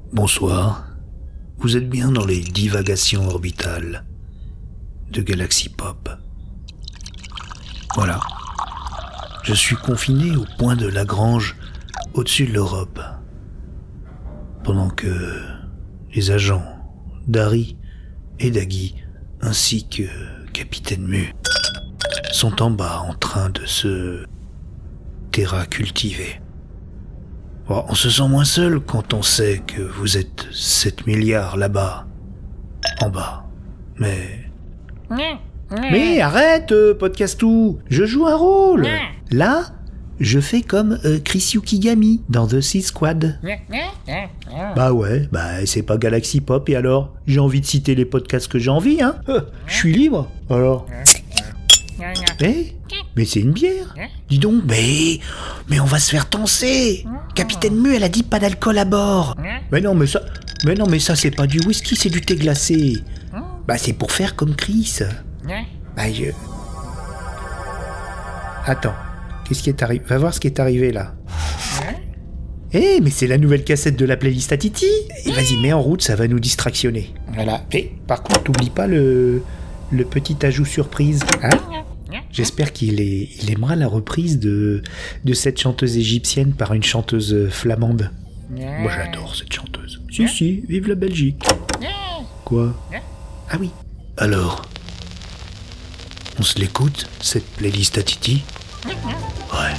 Bonsoir, vous êtes bien dans les divagations orbitales de Galaxy Pop. Voilà, je suis confiné au point de Lagrange, au-dessus de l'Europe, pendant que les agents d'Harry et d'Aggie, ainsi que Capitaine Mu, sont en bas en train de se cultiver. Bon, on se sent moins seul quand on sait que vous êtes 7 milliards là-bas, en bas. Mais arrête, Podcastou, je joue un rôle. Là, je fais comme Chris Yukigami dans The Sea Squad. Bah ouais, c'est pas Galaxy Pop et alors j'ai envie de citer les podcasts que j'ai envie, hein. Je suis libre, alors. Mais c'est une bière. Dis donc, mais on va se faire tancer. Capitaine Mu, elle a dit pas d'alcool à bord. Mais non, mais ça c'est pas du whisky, c'est du thé glacé. C'est pour faire comme Chris. Attends, qu'est-ce qui est arrivé? Va voir ce qui est arrivé là. Mais c'est la nouvelle cassette de la playlist à Titi. Et vas-y, mets en route, ça va nous distractionner. Voilà. Par contre, t'oublies pas le petit ajout surprise, hein? J'espère qu'il aimera la reprise de cette chanteuse égyptienne par une chanteuse flamande. Moi j'adore cette chanteuse. Si, vive la Belgique. Quoi? Ah oui. Alors, on se l'écoute, cette playlist à Titi? Ouais.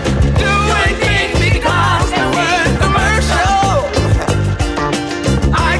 I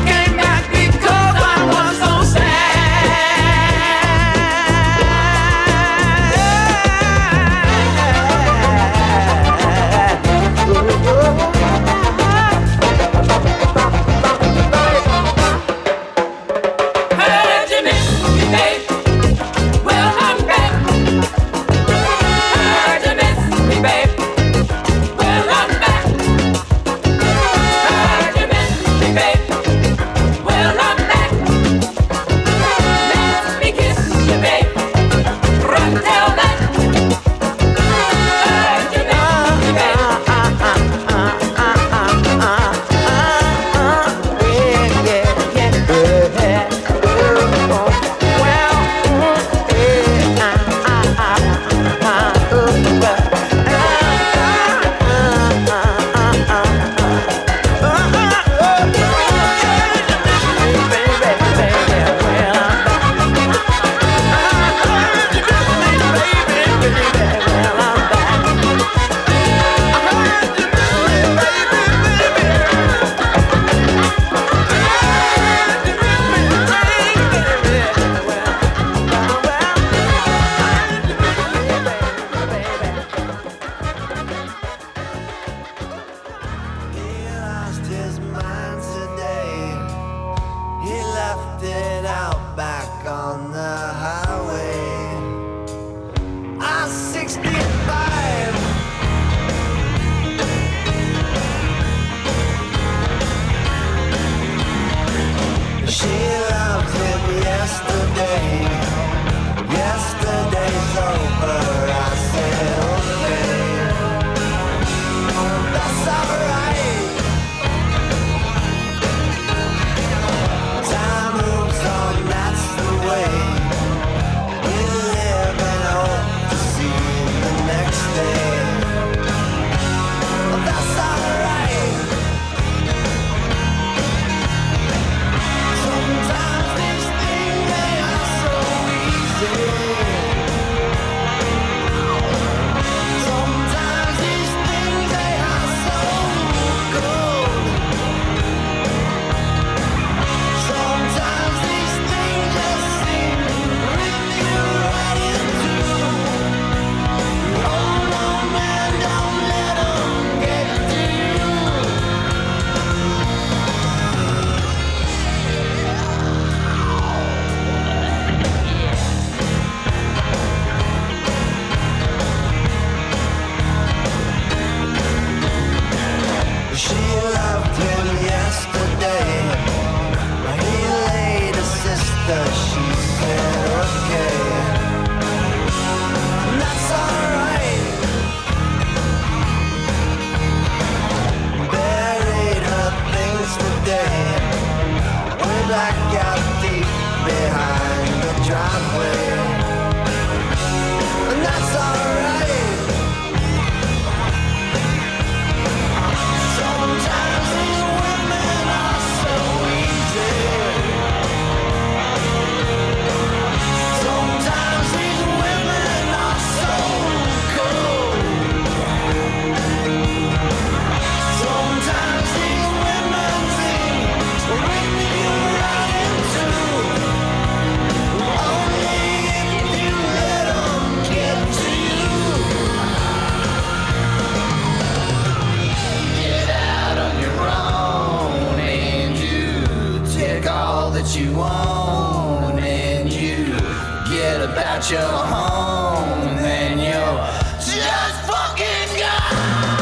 at your home, then you're just fucking gone.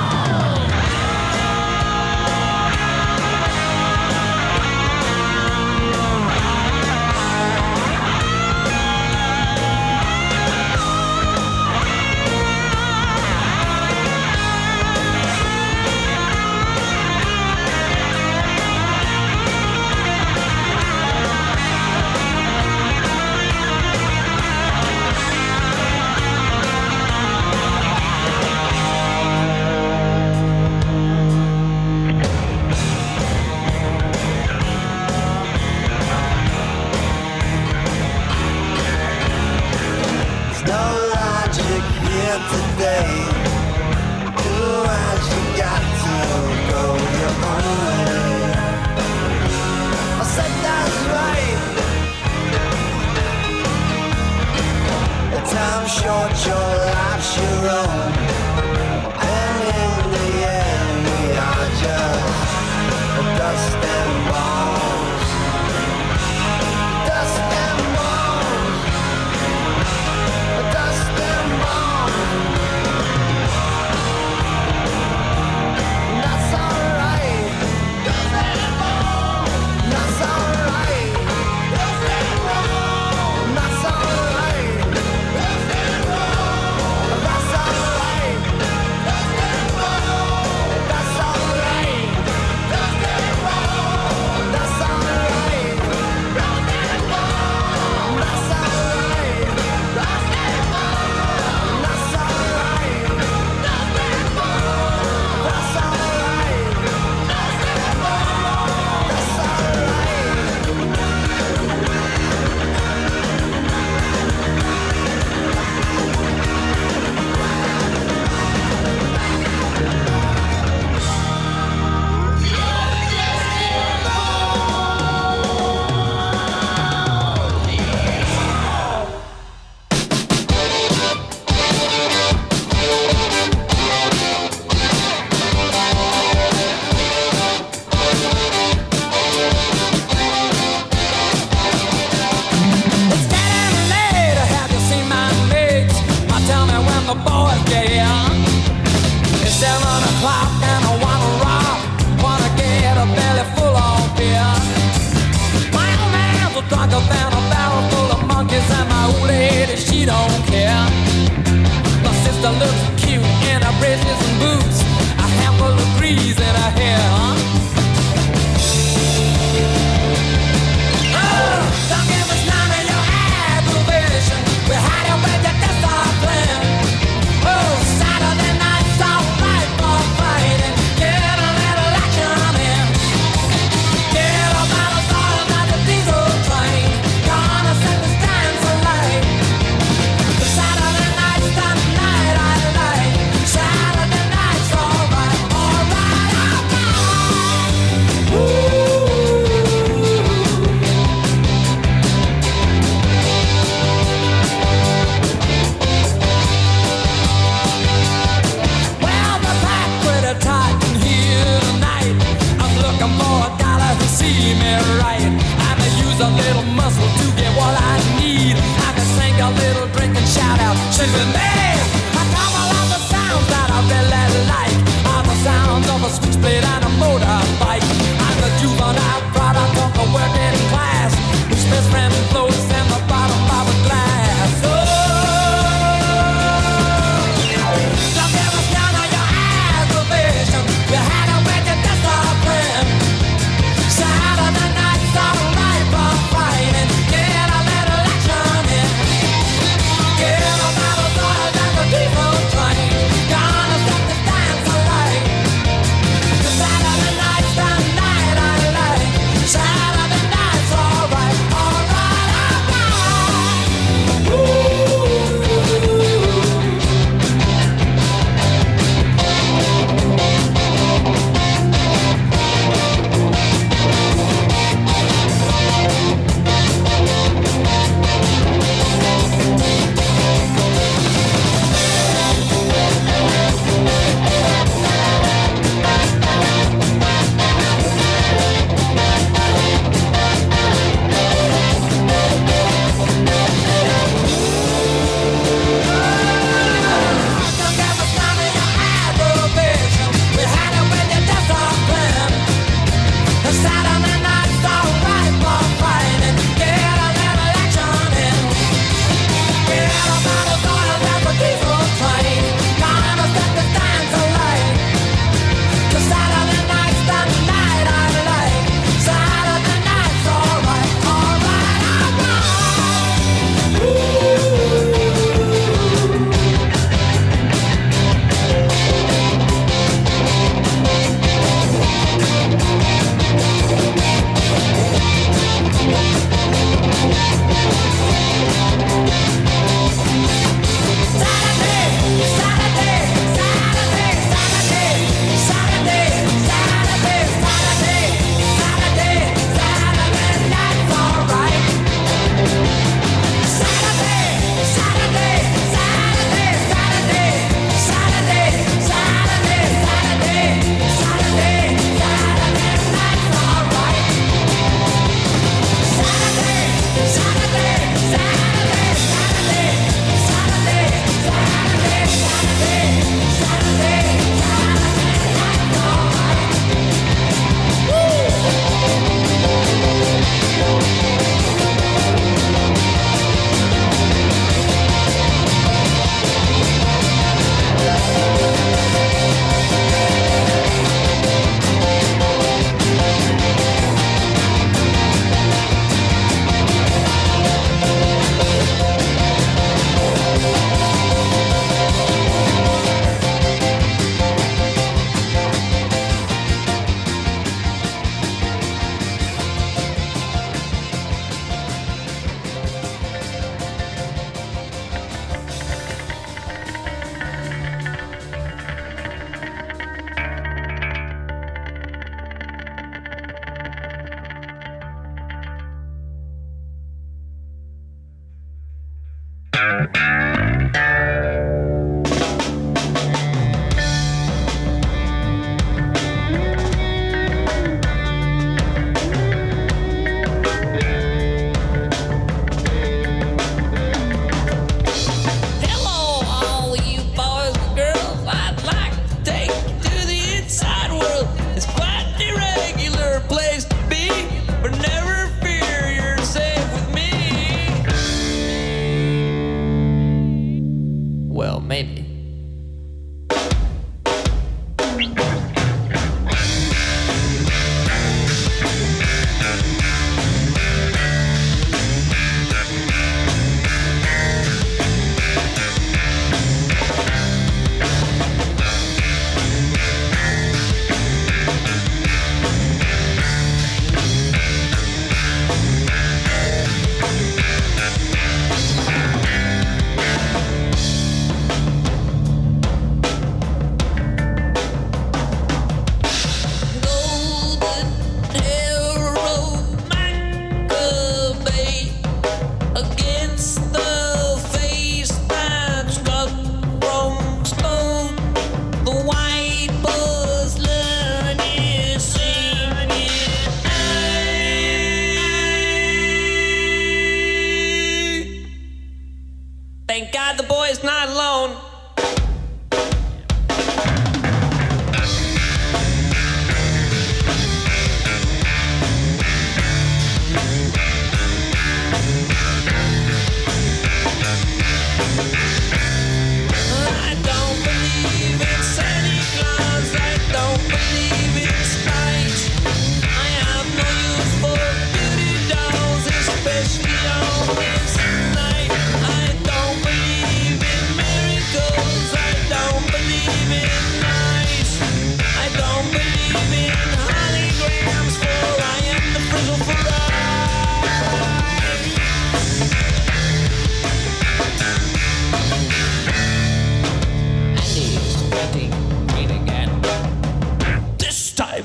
Today, otherwise you got to go your own way. I said that's right. The time's short, your life's your own, and in the end we are just dust and bones. Dust and bones. Dust and bones. That's alright. That's alright. That's alright. That's alright.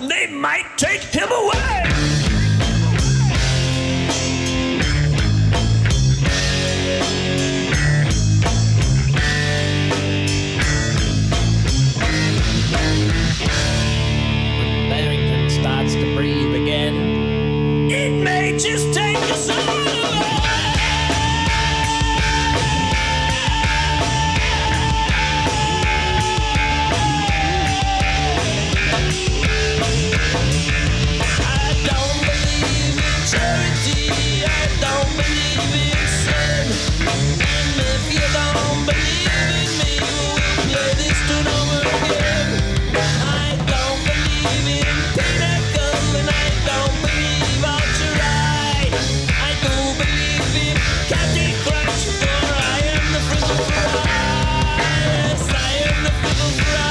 they might take him away. When Barrington starts to breathe again, It may just take us all away. I don't believe in charity, I don't believe in sin. And if you don't believe in me, we'll play this tune over again. I don't believe in pinnacle, and I don't believe I'll try. I do believe in Candy Crush, for I am the fiddle fry. Yes, I am the fiddle fry.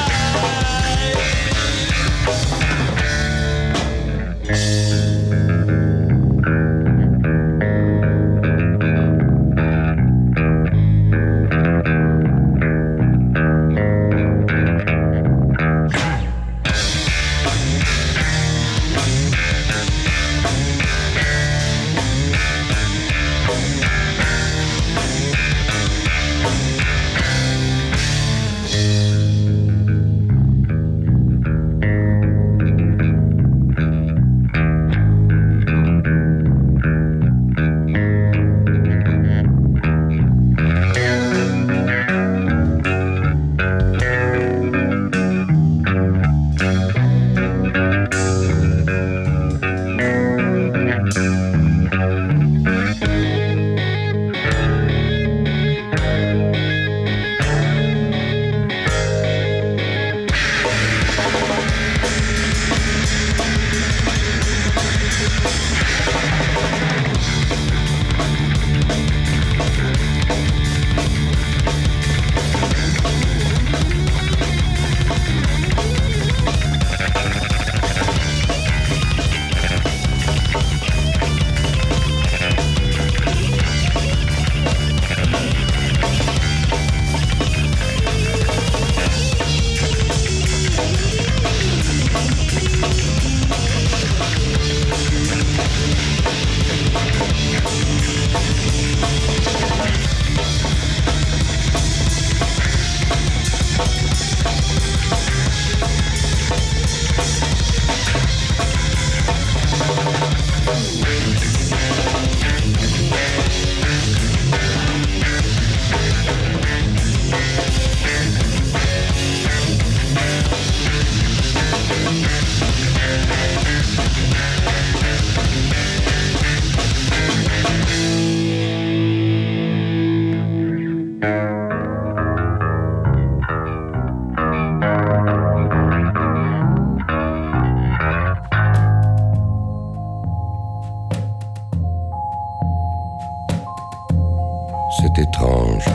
C'est étrange.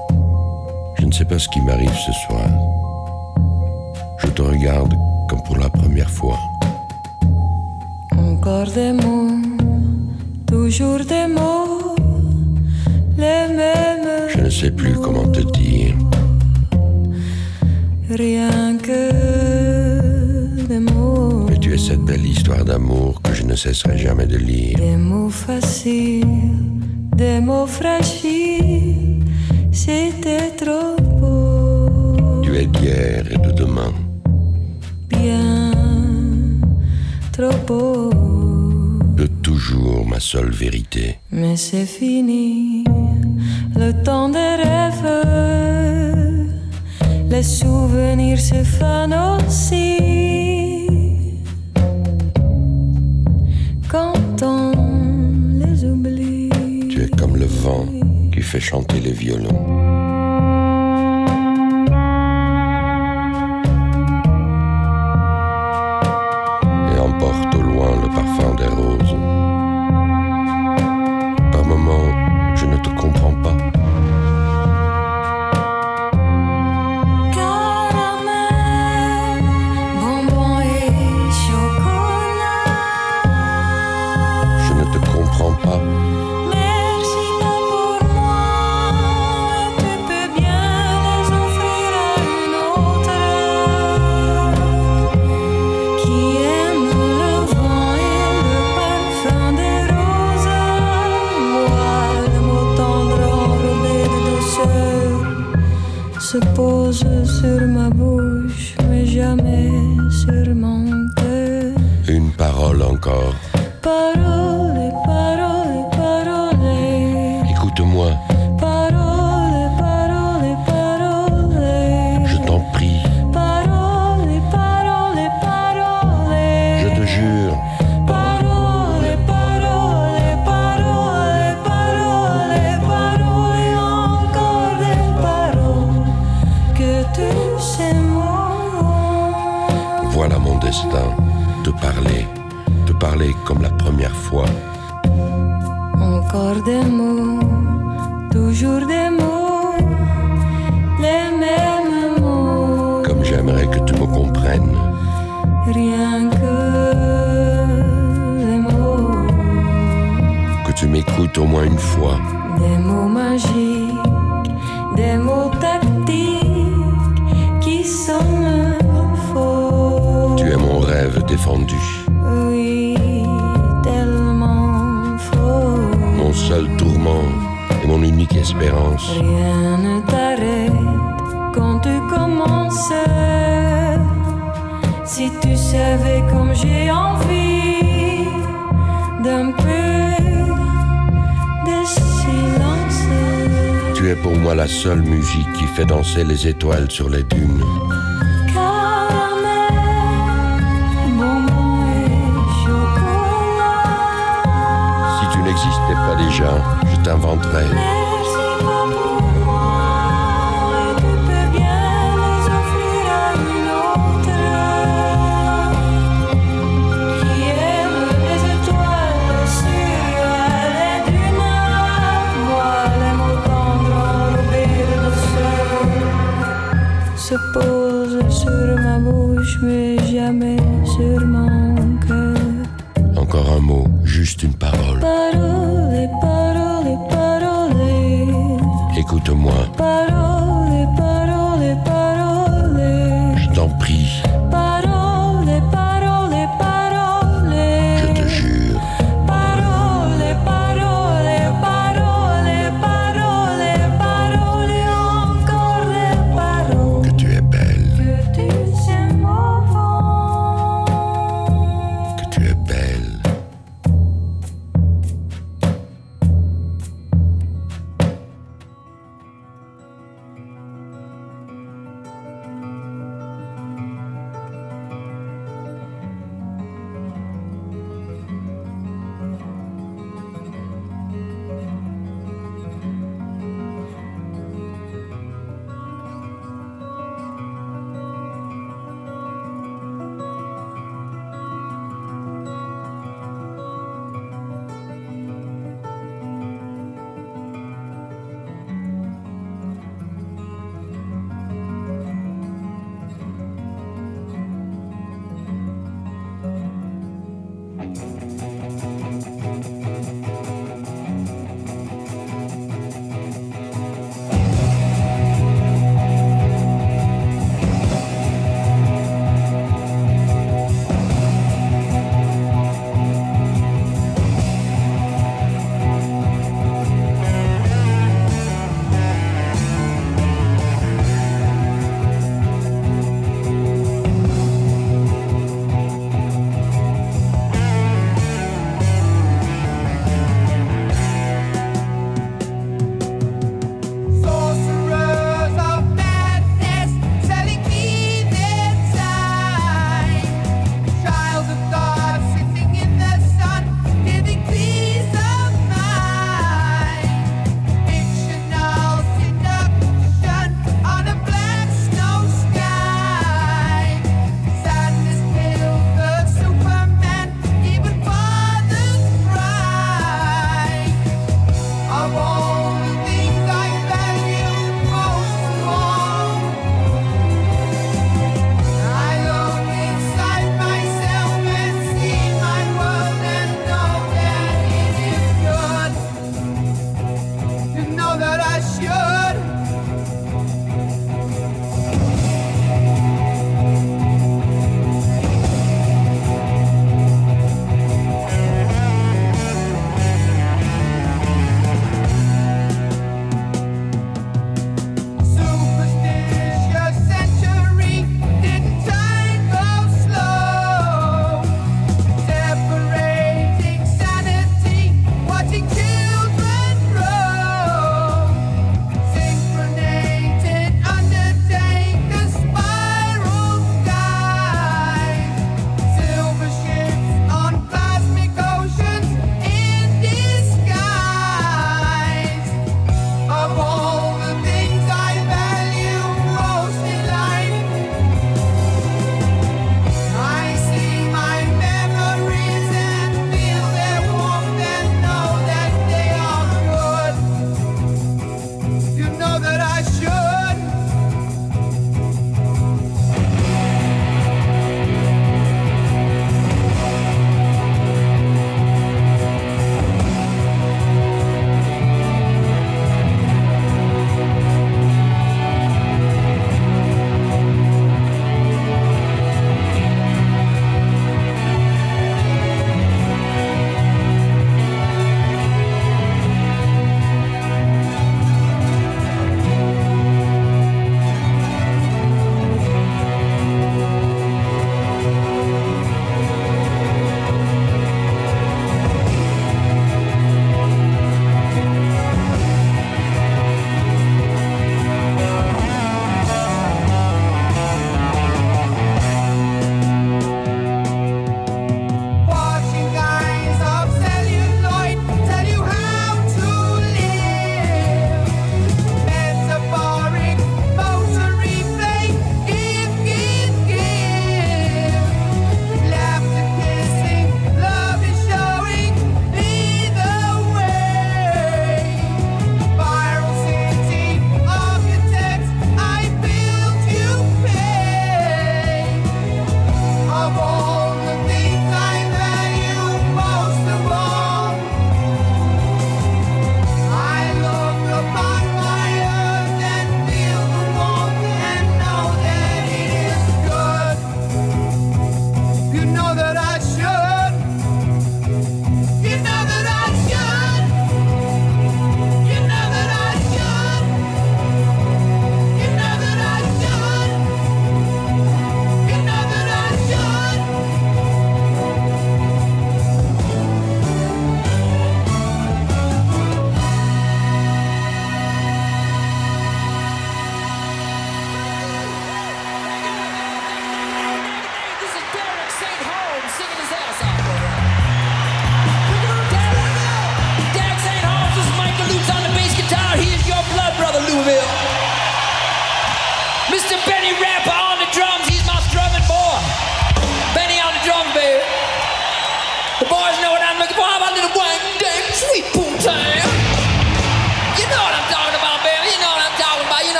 Je ne sais pas ce qui m'arrive ce soir. Je te regarde comme pour la première fois. Encore des mots, toujours des mots, les mêmes. Je ne sais plus comment te dire. Rien que des mots. Mais tu es cette belle histoire d'amour que je ne cesserai jamais de lire. Des mots faciles, des mots fragiles, c'était trop beau. Tu es d'hier et de demain. Bien trop beau. De toujours ma seule vérité. Mais c'est fini, le temps des rêves. Les souvenirs se fanent aussi quand on les oublie. Tu es comme le vent qui fait chanter les violons. Et emporte au loin le parfum des roses. Par moments, je ne te comprends pas. Je ne te comprends pas. Merci pas pour moi, tu jamais sur mon cœur. Une parole encore. Parole, parole, parole. Écoute-moi, Parole, parole, parole. je t'en prie, Parole, parole, parole. je te jure. Parole, parole, parole, parole, parole, encore des paroles que tu sais moi. Voilà mon destin, te parler comme la première fois. Encore des mots, toujours des mots, les mêmes mots. Comme j'aimerais que tu me comprennes. Rien que les mots, Que tu m'écoutes au moins une fois. des mots magiques, des mots tactiques qui sonnent faux. Tu es mon rêve défendu, Oui, tellement faux. mon seul tourment et mon unique espérance. Rien ne t'arrête quand tu commences. Si tu savais comme j'ai envie d'un peu de silence. Tu es pour moi la seule musique qui fait danser les étoiles sur les dunes. Caramel, bonbon et chocolat. Si tu n'existais pas déjà, je t'inventerais Merci pas pour moi, et tu peux bien les offrir à une autre qui aime les étoiles sur les dunes. Moi, les mots tendres enrobés de douceur se posent sur ma bouche, mais jamais sur mon cœur. encore un mot, juste une parole. Parole, parole, parole. Écoute-moi, Parole, parole, parole. je t'en prie, Parole, parole, parole. je te jure. Parole, parole, parole, parole, parole, encore des paroles. Que tu es belle, Que tu sais mauvais. que tu es belle.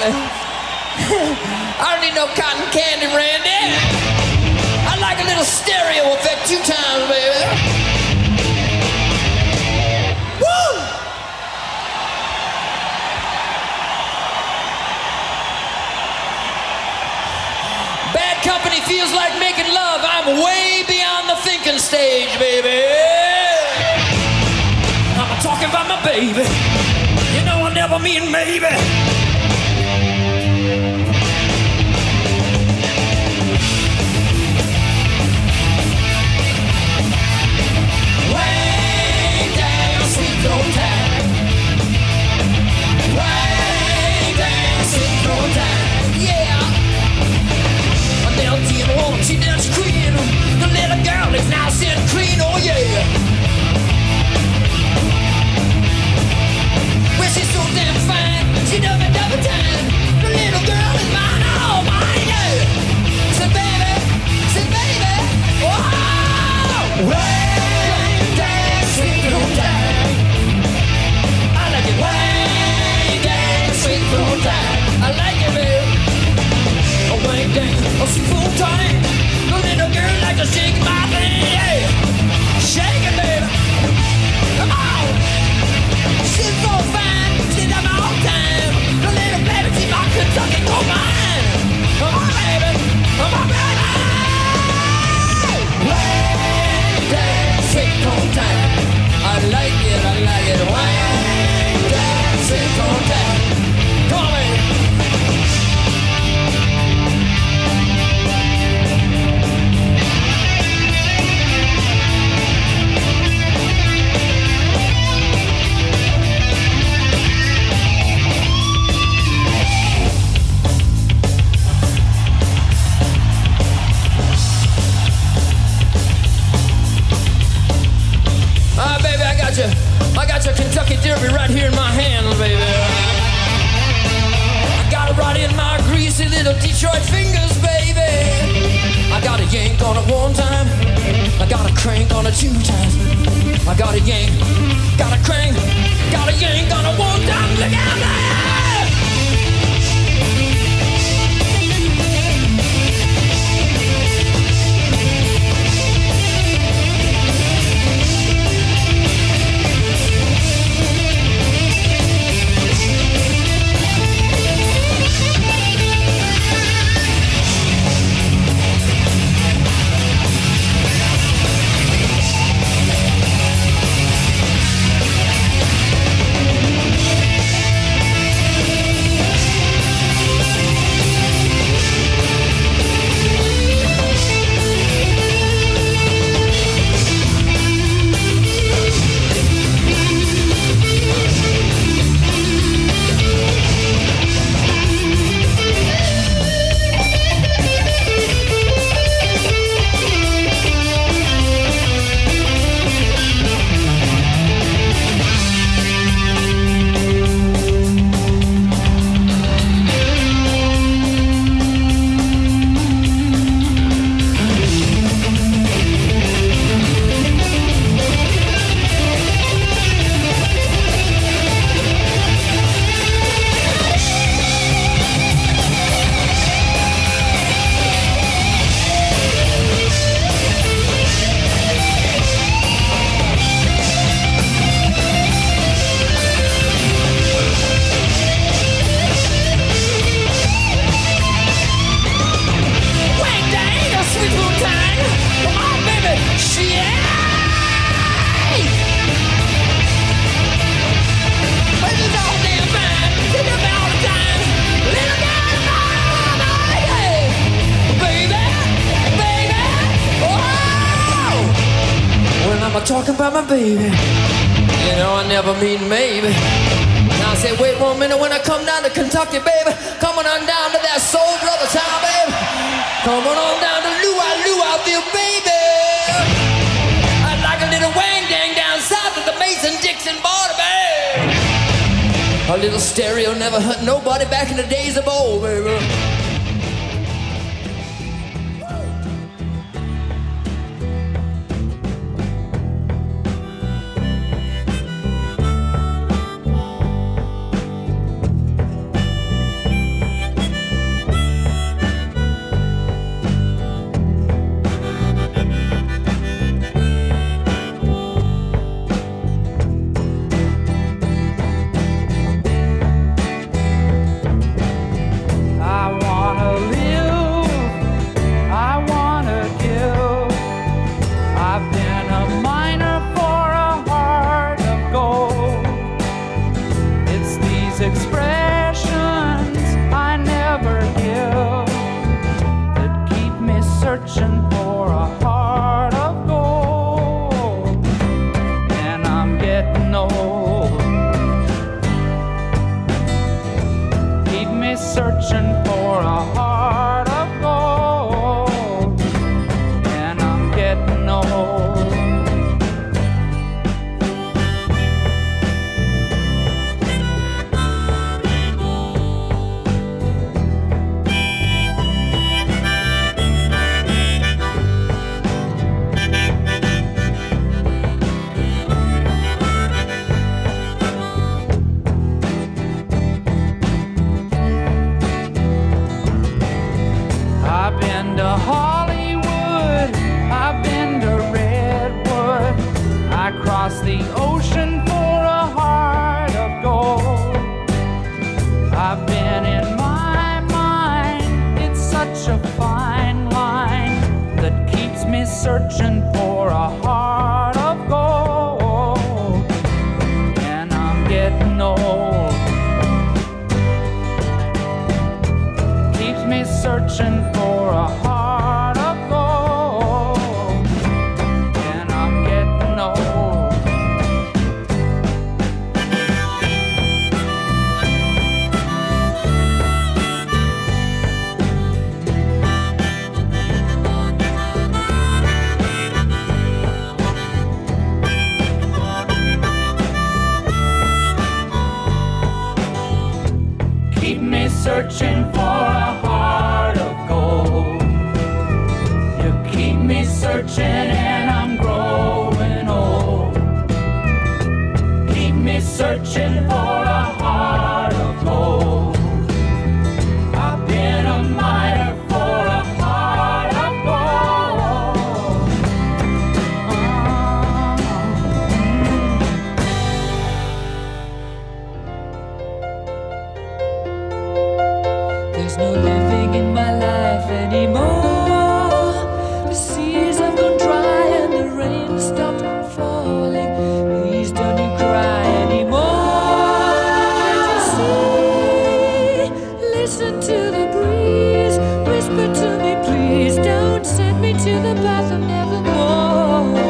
Charlie. I don't need no cotton candy, Randy. I like a little stereo effect 2 times, baby. Woo! Bad company feels like making love. I'm way beyond the thinking stage, baby. I'm talking about my baby. You know I never mean maybe. Way down, sweet old time. Way down, sweet old time. Yeah. Now Tina won't she dance queen. The little girl is now sitting clean, oh yeah. Well, she's so damn fine, she does me double time. The little girl is mine, oh mine, yeah. Say baby, wow. Way down, sweet little time. I like it way down, sweet little time. I like it, baby. Way down, she's full time. The little girl like to shake my thing, yeah. Shake it, baby. Come on. She's so fine, she's at my own time. The little baby, she's my Kentucky gold mine. Come on, baby. Come on, baby. Way down, sweet old time. I like it, way down, sweet old time. Come on, baby. I got your Kentucky Derby right here in my hand, baby. I got it right in my greasy little Detroit fingers, baby. I got a yank on it 1 time. I got a crank on it 2 times. I got a yank, got a crank, got a yank on it 1 time. Look out there! Talking about my baby. You know I never mean maybe. Now I say wait 1 minute when I come down to Kentucky, baby. Coming on down to that Soul Brother town, baby. Coming on down to Louisville, baby. I like a little wang dang down south of the Mason-Dixon border, baby. A little stereo never hurt nobody back in the days of old, baby. searching for a heart of gold, and I'm getting old. Keep me searching for a heart of gold, and I'm getting old. I've been to Hollywood, I've been to Redwood, I crossed the ocean for a heart of gold. I've been in my mind, it's such a fine line that keeps me searching for a heart of gold, and I'm getting old. Keeps me searching for a heart of gold, and I'm getting old. Keep me searching for a heart of gold. You keep me searching and I'm growing old. Keep me searching for a heart of gold. I've been a miner for a heart of gold. There's no living in my life anymore. The seas have gone dry and the rain stopped falling. Please don't you cry anymore. Can't you see? Listen to the breeze. Whisper to me, please. Don't send me to the path of nevermore.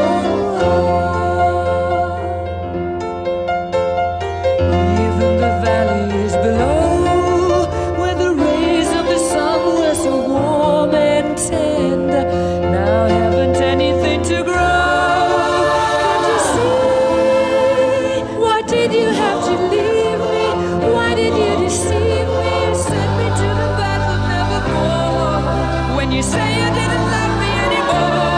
Even the valleys below, where the rays of the sun were so warm and tender, now haven't anything to grow. Can't you see? Why did you have to leave me? Why did you deceive me and send me to the path of nevermore? When you say you didn't love me anymore.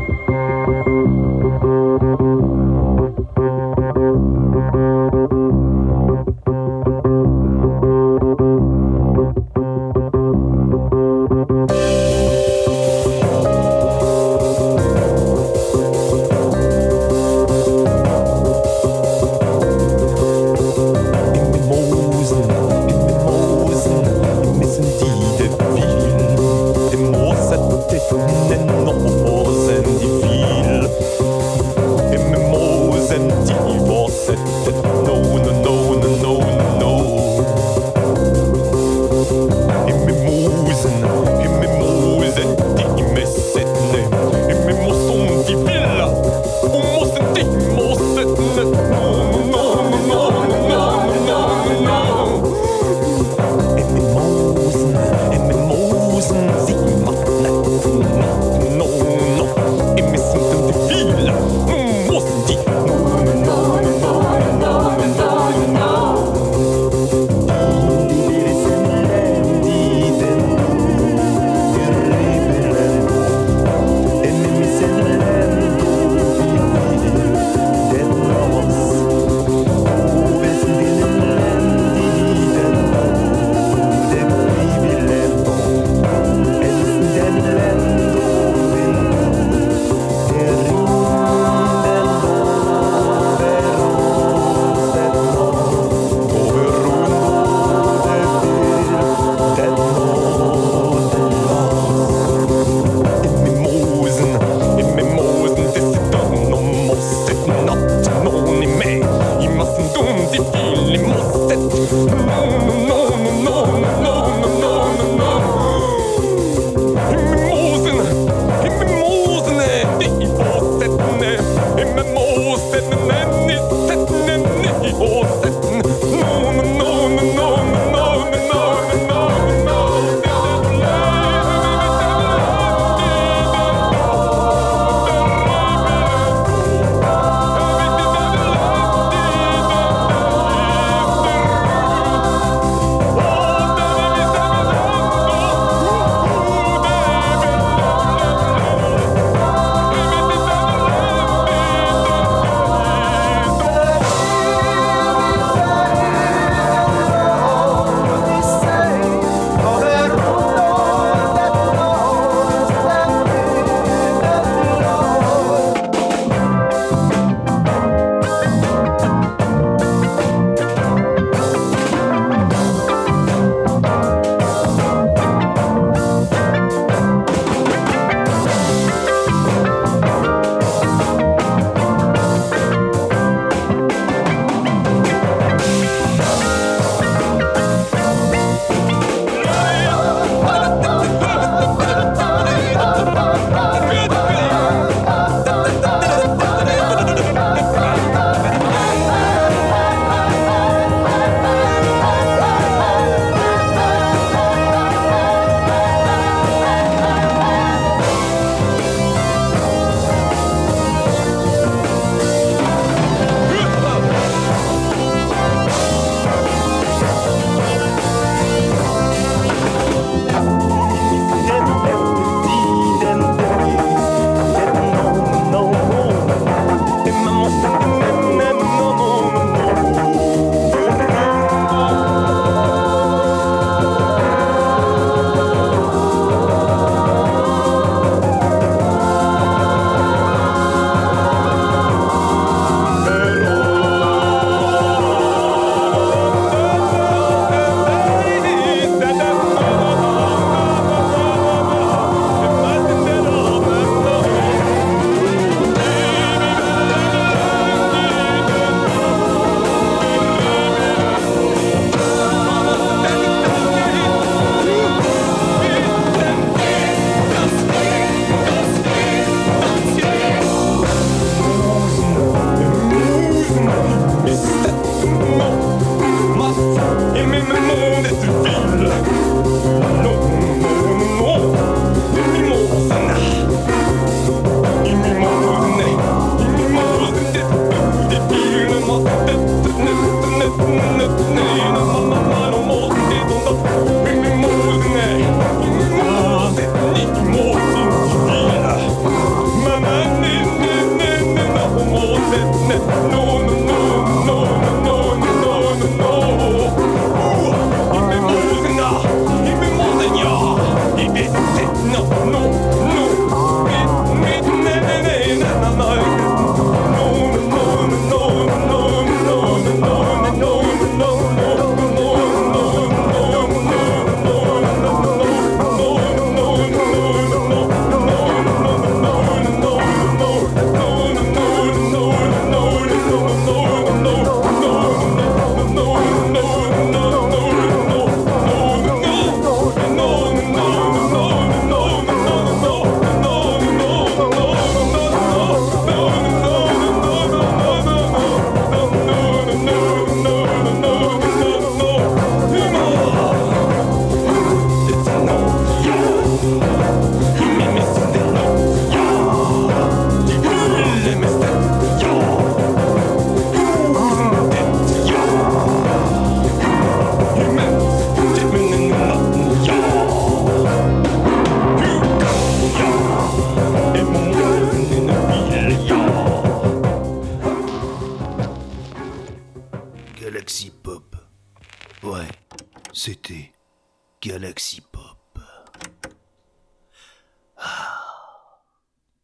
Mosen, die vielen